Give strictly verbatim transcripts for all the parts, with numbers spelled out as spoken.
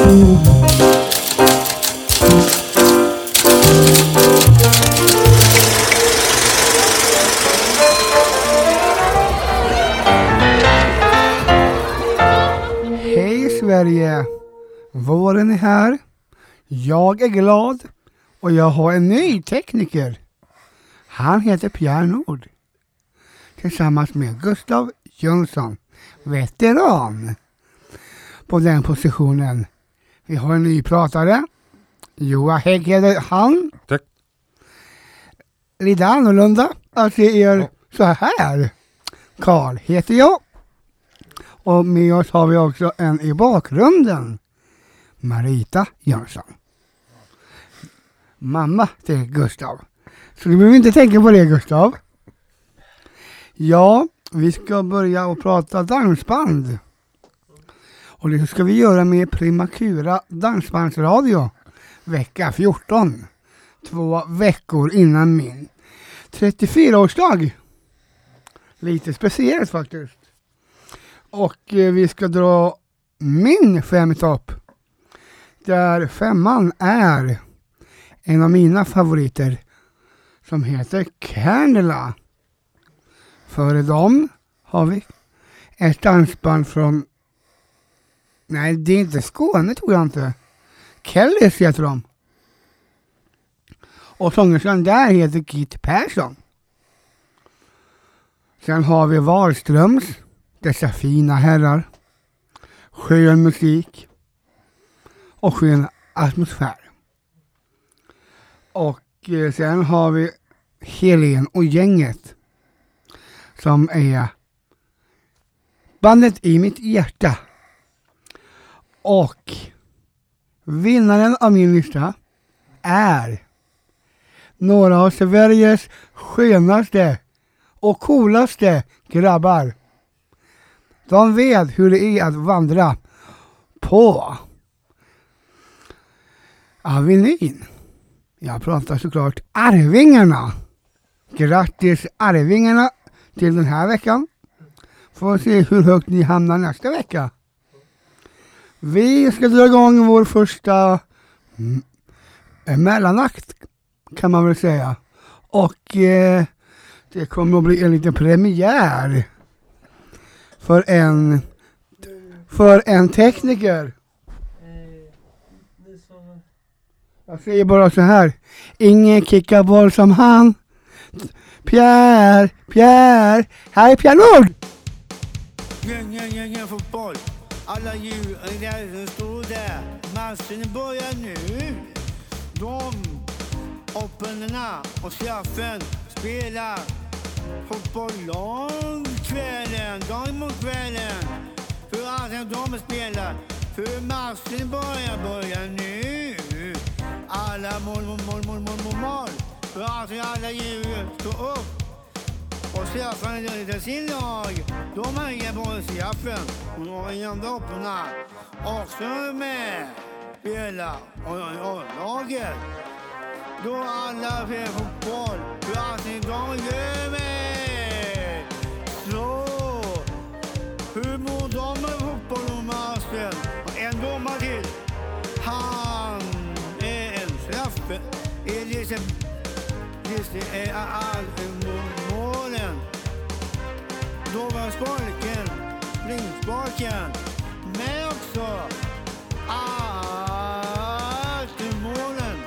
Sverige, våren är här. Jag är glad och jag har en ny tekniker. Han heter Pierre Nord. Tillsammans med Gustav Jönsson, veteran. På den positionen. Vi har en ny pratare. Joa Hägg heter han. Tack. Lite annorlunda att det är så här. Karl heter jag. Och med oss har vi också en i bakgrunden. Marita Jönsson. Mamma till Gustav. Så du behöver inte tänka på det, Gustav. Ja, vi ska börja och prata dansband. Och det ska vi göra med Primakura dansbandsradio. Vecka fjorton. Två veckor innan min trettiofyra-årsdag. Lite speciellt faktiskt. Och eh, vi ska dra min femtopp. Där femman är en av mina favoriter. Som heter Candela. Före dem har vi ett dansband från... Nej, det är inte Skåne, tror jag inte. Kellys heter de. Och sångerskan där heter Kit Persson. Sen har vi Wahlströms. Dessa fina herrar. Skön musik. Och skön atmosfär. Och eh, sen har vi Helen och gänget. Som är bandet i mitt hjärta. Och vinnaren av min lista är några av Sveriges skönaste och coolaste grabbar. De vet hur det är att vandra på Avenyn. Jag pratar såklart Arvingarna. Grattis Arvingarna till den här veckan. Får se hur högt ni hamnar nästa vecka. Vi ska dra igång vår första m- mellanakt, kan man väl säga. Och eh, det kommer att bli en liten premiär för en för en tekniker. Jag säger bara så här. Ingen kickar boll som han. Pierre, Pierre. Här är Pierre Nord. Gäng, gäng, gäng, gäng, fotboll. Alla djur är där som står där. Matchen börjar nu. De, öppnarna och chefen spelar fotboll långt kvällen, dag mot kvällen. För att de spelar. För matchen börjar, börjar nu. Alla mål, mål, mål, mål, mål, mål, mål. För att alla djur står upp. Och chefen gör sin lag. De hänger på chefen. Och de är ändå öppna. Också med spela och, och, och laget. Då alla får fotboll. För att de gör med. Så. Hur mår de med fotboll och matchen? Och en domare till. Han är en straff. Är liksom... Det är allt målen. Då var sparken, springsparken. Men också allt målen.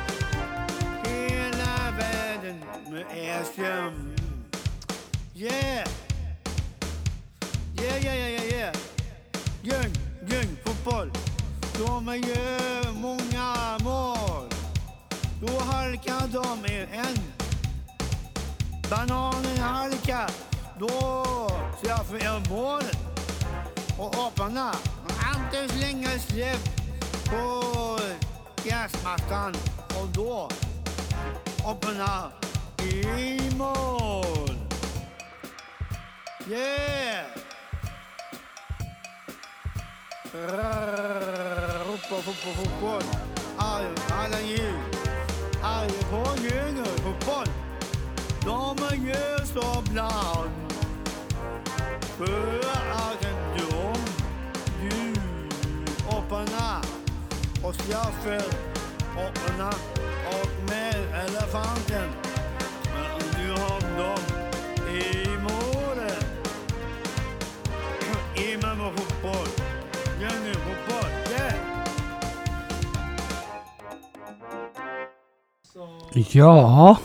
Hela världen med S M. Yeah. Yeah, yeah, yeah, yeah. Gung, gung, fotboll. De gör många mål. Då halkar de i en. Bananen halkar. Då ser jag för en mål. Och aparna. Inte slänga släpp på gräsmattan. Och då aparna i mål. Yeah! Ropa fotboll, fotboll. Alla djur. Alla på djur, fotboll. De är så bland. För att de djur. Aporna och skaffel hopparna och med elefanten. Men nu har de i målet. Imam och fotboll. Gängen fotboll. Yeah. Ja,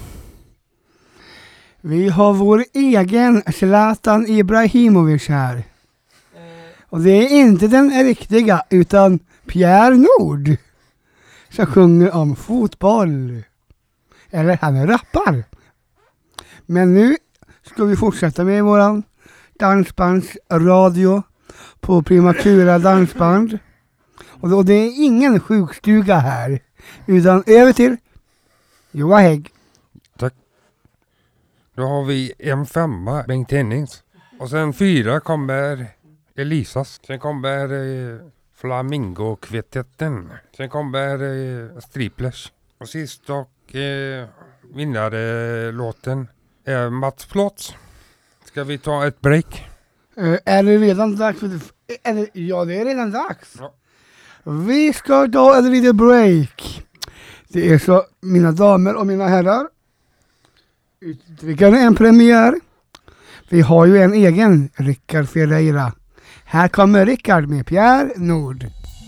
vi har vår egen Zlatan Ibrahimovic här. Och det är inte den riktiga utan Pierre Nord som sjunger om fotboll. Eller han rappar. Men nu ska vi fortsätta med våran dansbandsradio på Primatura dansband. Och då, det är ingen sjukstuga här utan över till Joa Hägg. Tack. Då har vi en femma, Bengt Hennings. Och sen fyra kommer Elisas. Sen kommer eh, Flamingo-kvintetten. Sen kommer eh, Striplers. Och sist och eh, vinnare-låten är Mats Plåts. Ska vi ta ett break? Uh, är det redan dags? För det, är det, ja, det är redan dags. Ja. Vi ska ta ett litet break. Det är så, mina damer och mina herrar. Ytterligare en premiär. Vi har ju en egen, Rickard Ferreira. Här kommer Rickard med Pierre Nord.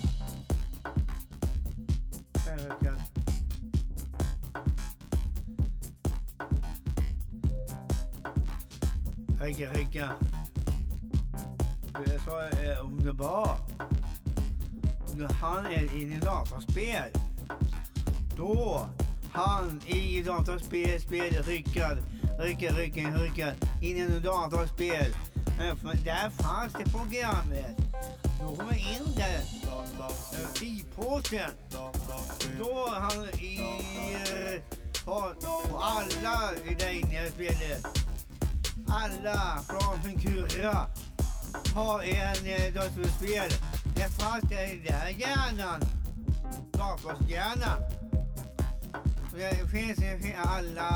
Rickard, Rickard. Du är så eh, underbar. När han är inne i datorspel. Då han i datorspel spelar Rickard, Rickard, Rickard, Rickard in i datorspel. Men där fanns det programmet. Då kommer in där i påsen. Då han i har alla i det inne i spelet. Alla från Finkura har en datorspel. Det fanns det där hjärnan. Datorshjärnan. Det finns det alla.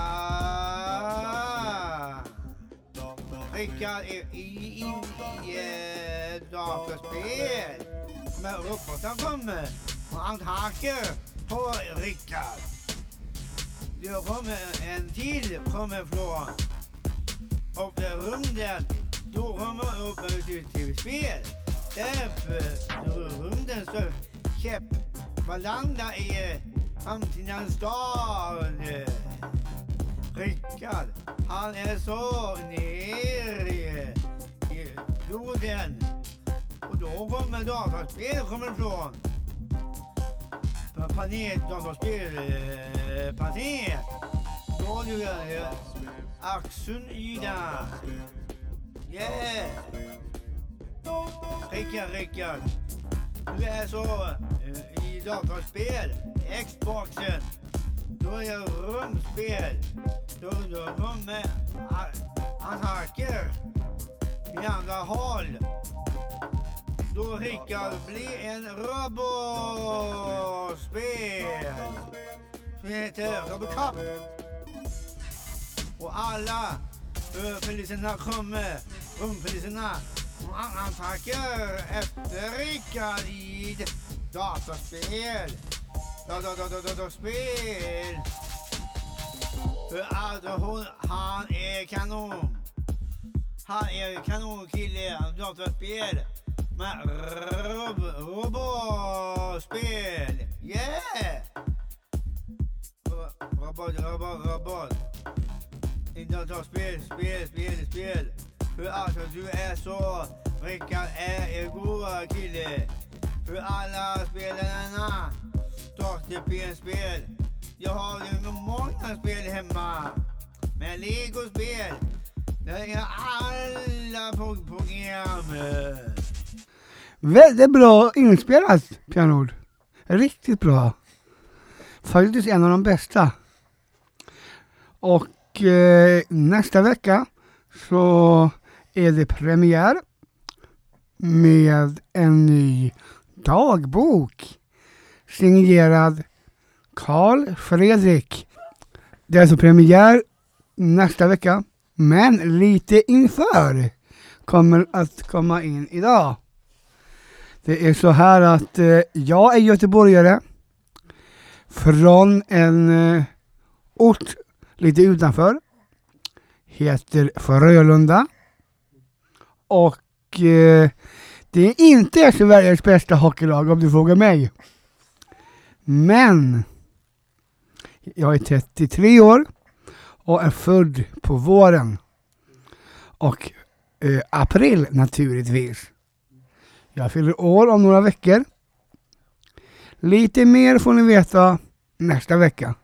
Rickard är i, i, i äh, datorspel. Men roboten kommer och han hackar på Rickard. Det kommer en till kommer från. Och runden, då kommer upp ett tv-spel. Därför runden så käpp Valanda i framtidens stad. Rickard, han är så ner i, i jorden. Och då kommer datorspel kommer ifrån. Panet, datorspel, panet. Då du är Axun Ida. Yeah. Rickard, Rickard. Du är så uh, i datorspel. Xboxen. Då är det rumspel. Då är det rum med attacker. I andra håll. Då Rickard blir en robotspel. Som heter Robocop. Och alla poliserna kommer, rumpoliserna, och attacker efter Rickard i datorspel. Datorspel. För att hon, han är kanon. Han är kanonkille, datorspel. Med rob, robotspel. Yeah! Robot, robot, robot. Inte ta spel, spel, spel, spel. För alltså du är så, Rickard är en god kille. För alla spelarna, startspel. Jag har ju många spel hemma. Med Lego-spel. Det är alla på programmet. Väldigt bra inspelat, Pierre Nord. Riktigt bra. Faktiskt en av de bästa. Och eh, nästa vecka så är det premiär med en ny dagbok signerad Carl Fredrik. Det är alltså premiär nästa vecka, men lite inför kommer att komma in idag. Det är så här att eh, jag är göteborgare från en eh, ort lite utanför. Heter Frölunda. Och eh, det är inte Sveriges bästa hockeylag om du frågar mig. Men jag är trettiotre år och är född på våren. Och eh, april naturligtvis. Jag fyller år om några veckor. Lite mer får ni veta nästa vecka.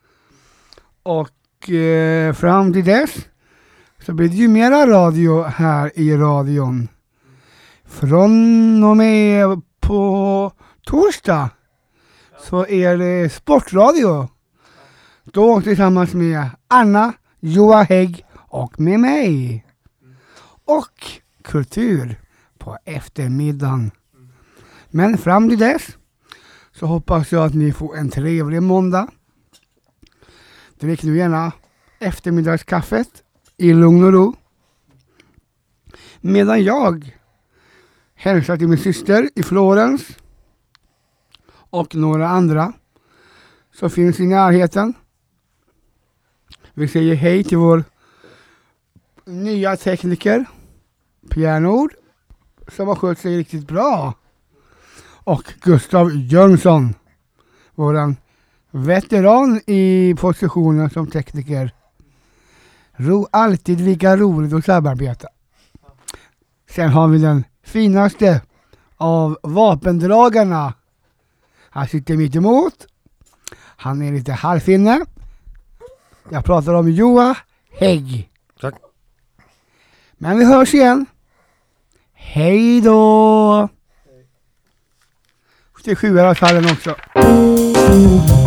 Och eh, fram till dess så blir det ju mera radio här i radion. Från och med på torsdag så är det sportradio. Då tillsammans med Anna, Joa Hägg och med mig. Och kultur på eftermiddagen. Men fram till dess så hoppas jag att ni får en trevlig måndag. Drick nu gärna eftermiddagskaffet i lugn och ro. Medan jag hälsar till min syster i Florens och några andra som finns i närheten. Vi säger hej till vår nya tekniker Pierre Nord som har skött sig riktigt bra. Och Gustav Jönsson, våran veteran i positionen som tekniker. Ro, alltid lika roligt att samarbeta. Sen har vi den finaste av vapendragarna. Han sitter mitt emot. Han är lite halvfinne. Jag pratar om Joa Hägg. Tack. Men vi hörs igen. Hej då! Det är sjuan av fallen också.